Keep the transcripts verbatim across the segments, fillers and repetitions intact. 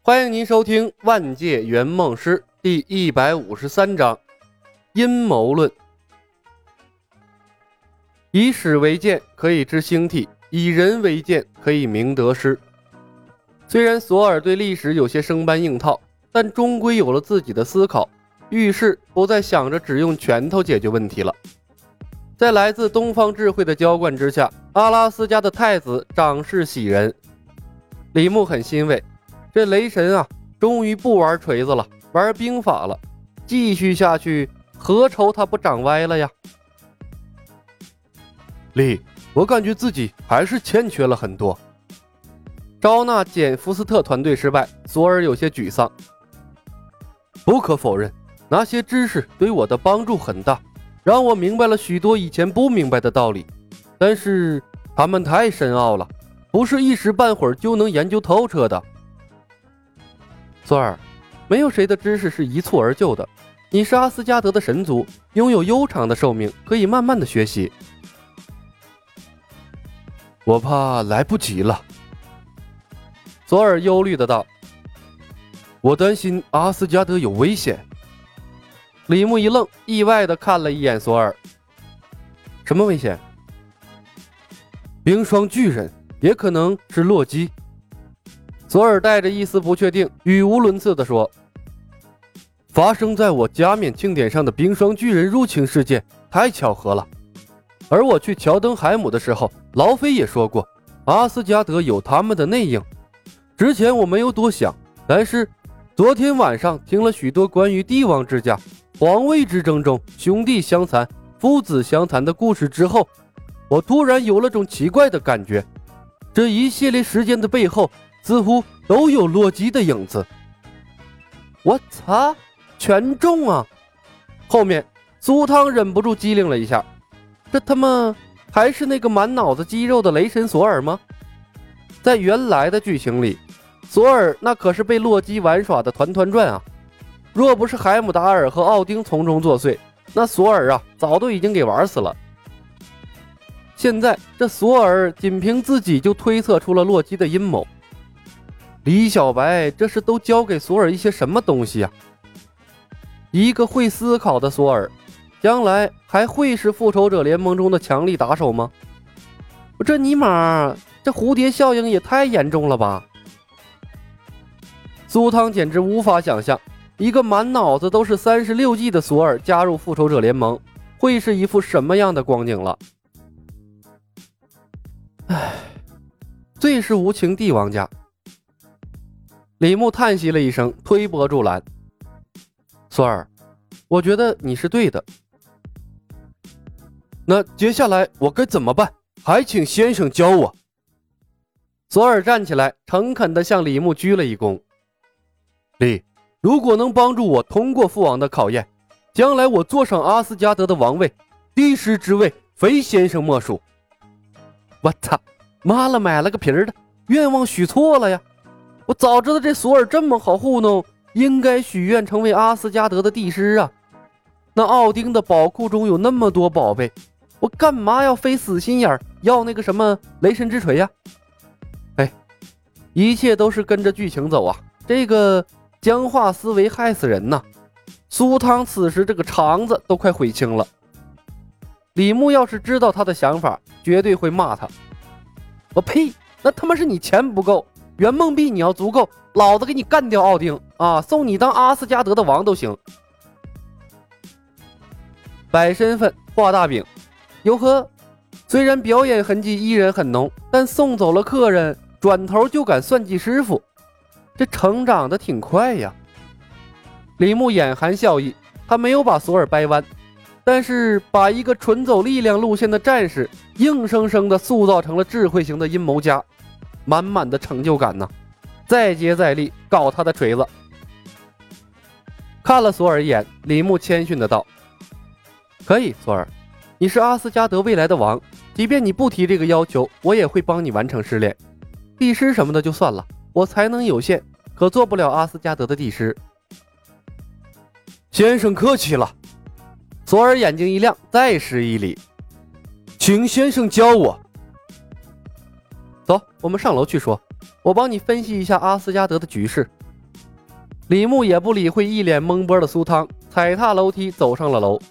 欢迎您收听《万界圆梦师》第一百五十三章阴谋论。以史为鉴，可以知兴替；以人为鉴，可以明得失。虽然索尔对历史有些生搬硬套，但终归有了自己的思考，遇事不再想着只用拳头解决问题了。在来自东方智慧的浇灌之下，阿拉斯加的太子长势喜人。李牧很欣慰，这雷神啊，终于不玩锤子了，玩兵法了。继续下去，何愁他不长歪了呀？ 李，我感觉自己还是欠缺了很多。 招纳简福斯特团队失败，索尔有些沮丧。 不可否认，那些知识对我的帮助很大，让我明白了许多以前不明白的道理。但是他们太深奥了，不是一时半会儿就能研究透彻的。 索尔，没有谁的知识是一蹴而就的。你是阿斯加德的神族，拥有悠长的寿命，可以慢慢的学习。 我怕来不及了。 索尔忧虑的道。 我担心阿斯加德有危险。 李牧一愣，意外的看了一眼索尔。什么危险？ 冰霜巨人，也可能是洛基。 索尔带着一丝不确定，语无伦次地说： 发生在我加冕庆典上的冰霜巨人入侵事件太巧合了，而我去乔登海姆的时候，劳菲也说过阿斯加德有他们的内应。之前我没有多想，但是昨天晚上听了许多关于帝王之家、皇位之争中兄弟相残、父子相残的故事之后，我突然有了种奇怪的感觉，这一系列事件的背后似乎都有洛基的影子。 我操，全中啊！后面苏汤忍不住机灵了一下，这他妈还是那个满脑子肌肉的雷神索尔吗？在原来的剧情里，索尔那可是被洛基玩耍的团团转啊！若不是海姆达尔和奥丁从中作祟，那索尔啊早都已经给玩死了。现在这索尔仅凭自己就推测出了洛基的阴谋。李小白这是都教给索尔一些什么东西啊？一个会思考的索尔，将来还会是复仇者联盟中的强力打手吗？这尼玛，这蝴蝶效应也太严重了吧！苏汤简直无法想象，一个满脑子都是三十六计的索尔加入复仇者联盟，会是一副什么样的光景了。唉，最是无情帝王家。李牧叹息了一声，推波助澜。索尔，我觉得你是对的。 那接下来我该怎么办？还请先生教我。 索尔站起来，诚恳地向李牧鞠了一躬。 李，如果能帮助我通过父王的考验，将来我坐上阿斯加德的王位，帝师之位非先生莫属。 我操，妈了买了个皮儿的，愿望许错了呀！我早知道这索尔这么好糊弄，应该许愿成为阿斯加德的帝师啊！那奥丁的宝库中有那么多宝贝，我干嘛要非死心眼要那个什么雷神之锤呀？哎，一切都是跟着剧情走啊！这个僵化思维害死人呐！苏汤此时这个肠子都快悔青了。李牧要是知道他的想法，绝对会骂他。我呸！那他妈是你钱不够，圆梦币你要足够，老子给你干掉奥丁啊，送你当阿斯加德的王都行。摆身份画大饼，哟呵，虽然表演痕迹依然很浓，但送走了客人，转头就敢算计师傅，这成长的挺快呀。李牧眼含笑意，他没有把索尔掰弯，但是把一个纯走力量路线的战士硬生生的塑造成了智慧型的阴谋家，满满的成就感呢。再接再厉，搞他的锤子。看了索尔一眼，李牧谦逊的道：可以，索尔，你是阿斯加德未来的王，即便你不提这个要求，我也会帮你完成试炼。帝师什么的就算了，我才能有限，可做不了阿斯加德的帝师。 先生客气了。 索尔眼睛一亮，再施一礼。 请先生教我。 走，我们上楼去说，我帮你分析一下阿斯加德的局势。 李牧也不理会一脸懵波的苏汤，踩踏楼梯走上了楼。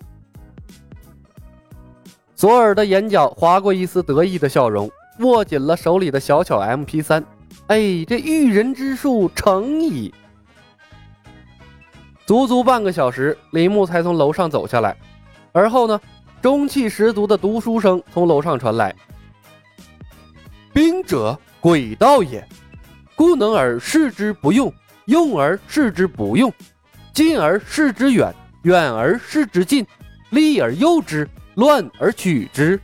索尔的眼角划过一丝得意的笑容，握紧了手里的小巧 M P 三。 哎，这驭人之术成矣。足足半个小时，李牧才从楼上走下来，而后呢，中气十足的读书声从楼上传来：兵者，诡道也，故能而示之不用，用而示之不用，近而示之远，远而示之近，利而诱之，乱而取之。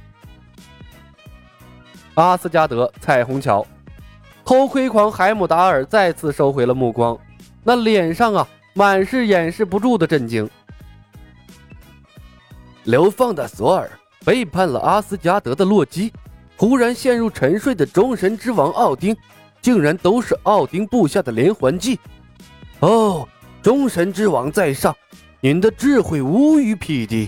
阿斯加德，彩虹桥。偷窥狂海姆达尔再次收回了目光，那脸上啊满是掩饰不住的震惊。流放的索尔，背叛了阿斯加德的洛基，忽然陷入沉睡的众神之王奥丁，竟然都是奥丁部下的连环计。哦，众神之王在上，您的智慧无与匹敌。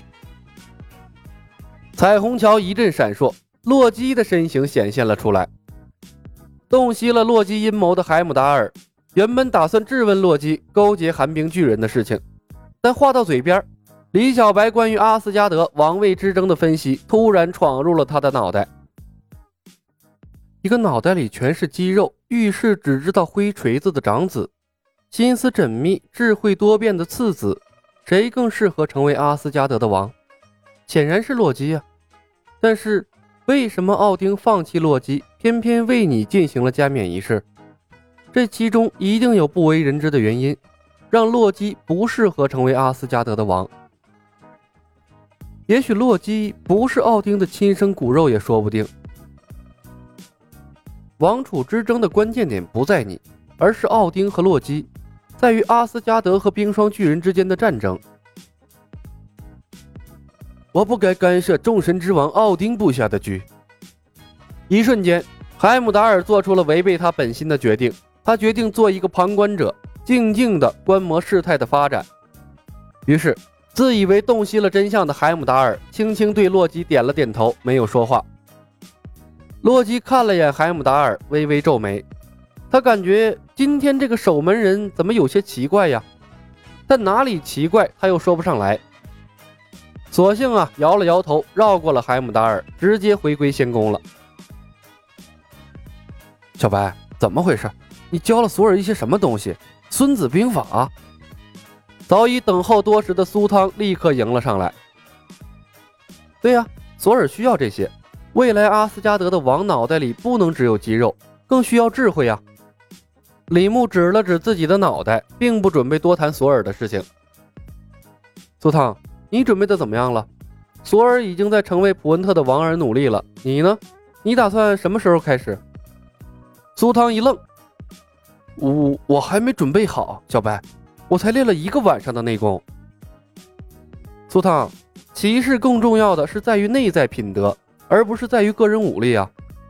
彩虹桥一阵闪烁，洛基的身形显现了出来。洞悉了洛基阴谋的海姆达尔原本打算质问洛基勾结寒冰巨人的事情，但话到嘴边，李小白关于阿斯加德王位之争的分析突然闯入了他的脑袋。一个脑袋里全是肌肉，遇事只知道挥锤子的长子，心思缜密智慧多变的次子，谁更适合成为阿斯加德的王？显然是洛基啊。但是为什么奥丁放弃洛基，偏偏为你进行了加冕仪式？这其中一定有不为人知的原因，让洛基不适合成为阿斯加德的王。也许洛基不是奥丁的亲生骨肉也说不定。王储之争的关键点不在你，而是奥丁和洛基，在于阿斯加德和冰霜巨人之间的战争。我不该干涉众神之王奥丁部下的局。一瞬间，海姆达尔做出了违背他本心的决定，他决定做一个旁观者，静静地观摩事态的发展。于是自以为洞悉了真相的海姆达尔轻轻对洛基点了点头，没有说话。洛基看了眼海姆达尔，微微皱眉，他感觉今天这个守门人怎么有些奇怪呀，但哪里奇怪他又说不上来，索性啊摇了摇头，绕过了海姆达尔，直接回归仙宫了。小白，怎么回事？你教了索尔一些什么东西？孙子兵法啊？早已等候多时的苏汤立刻迎了上来。对呀，索尔需要这些，未来阿斯加德的王脑袋里不能只有肌肉，更需要智慧啊。李牧指了指自己的脑袋，并不准备多谈索尔的事情。苏汤，你准备的怎么样了？索尔已经在成为普文特的王而努力了，你呢？你打算什么时候开始？苏汤一愣，我我还没准备好，小白，我才练了一个晚上的内功。苏汤，骑士更重要的是在于内在品德，而不是在于个人武力啊。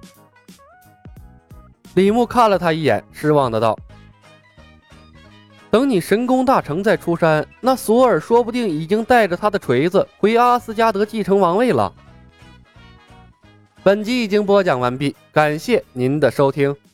李牧看了他一眼，失望的道：等你神功大成再出山，那索尔说不定已经带着他的锤子回阿斯加德继承王位了。本集已经播讲完毕，感谢您的收听。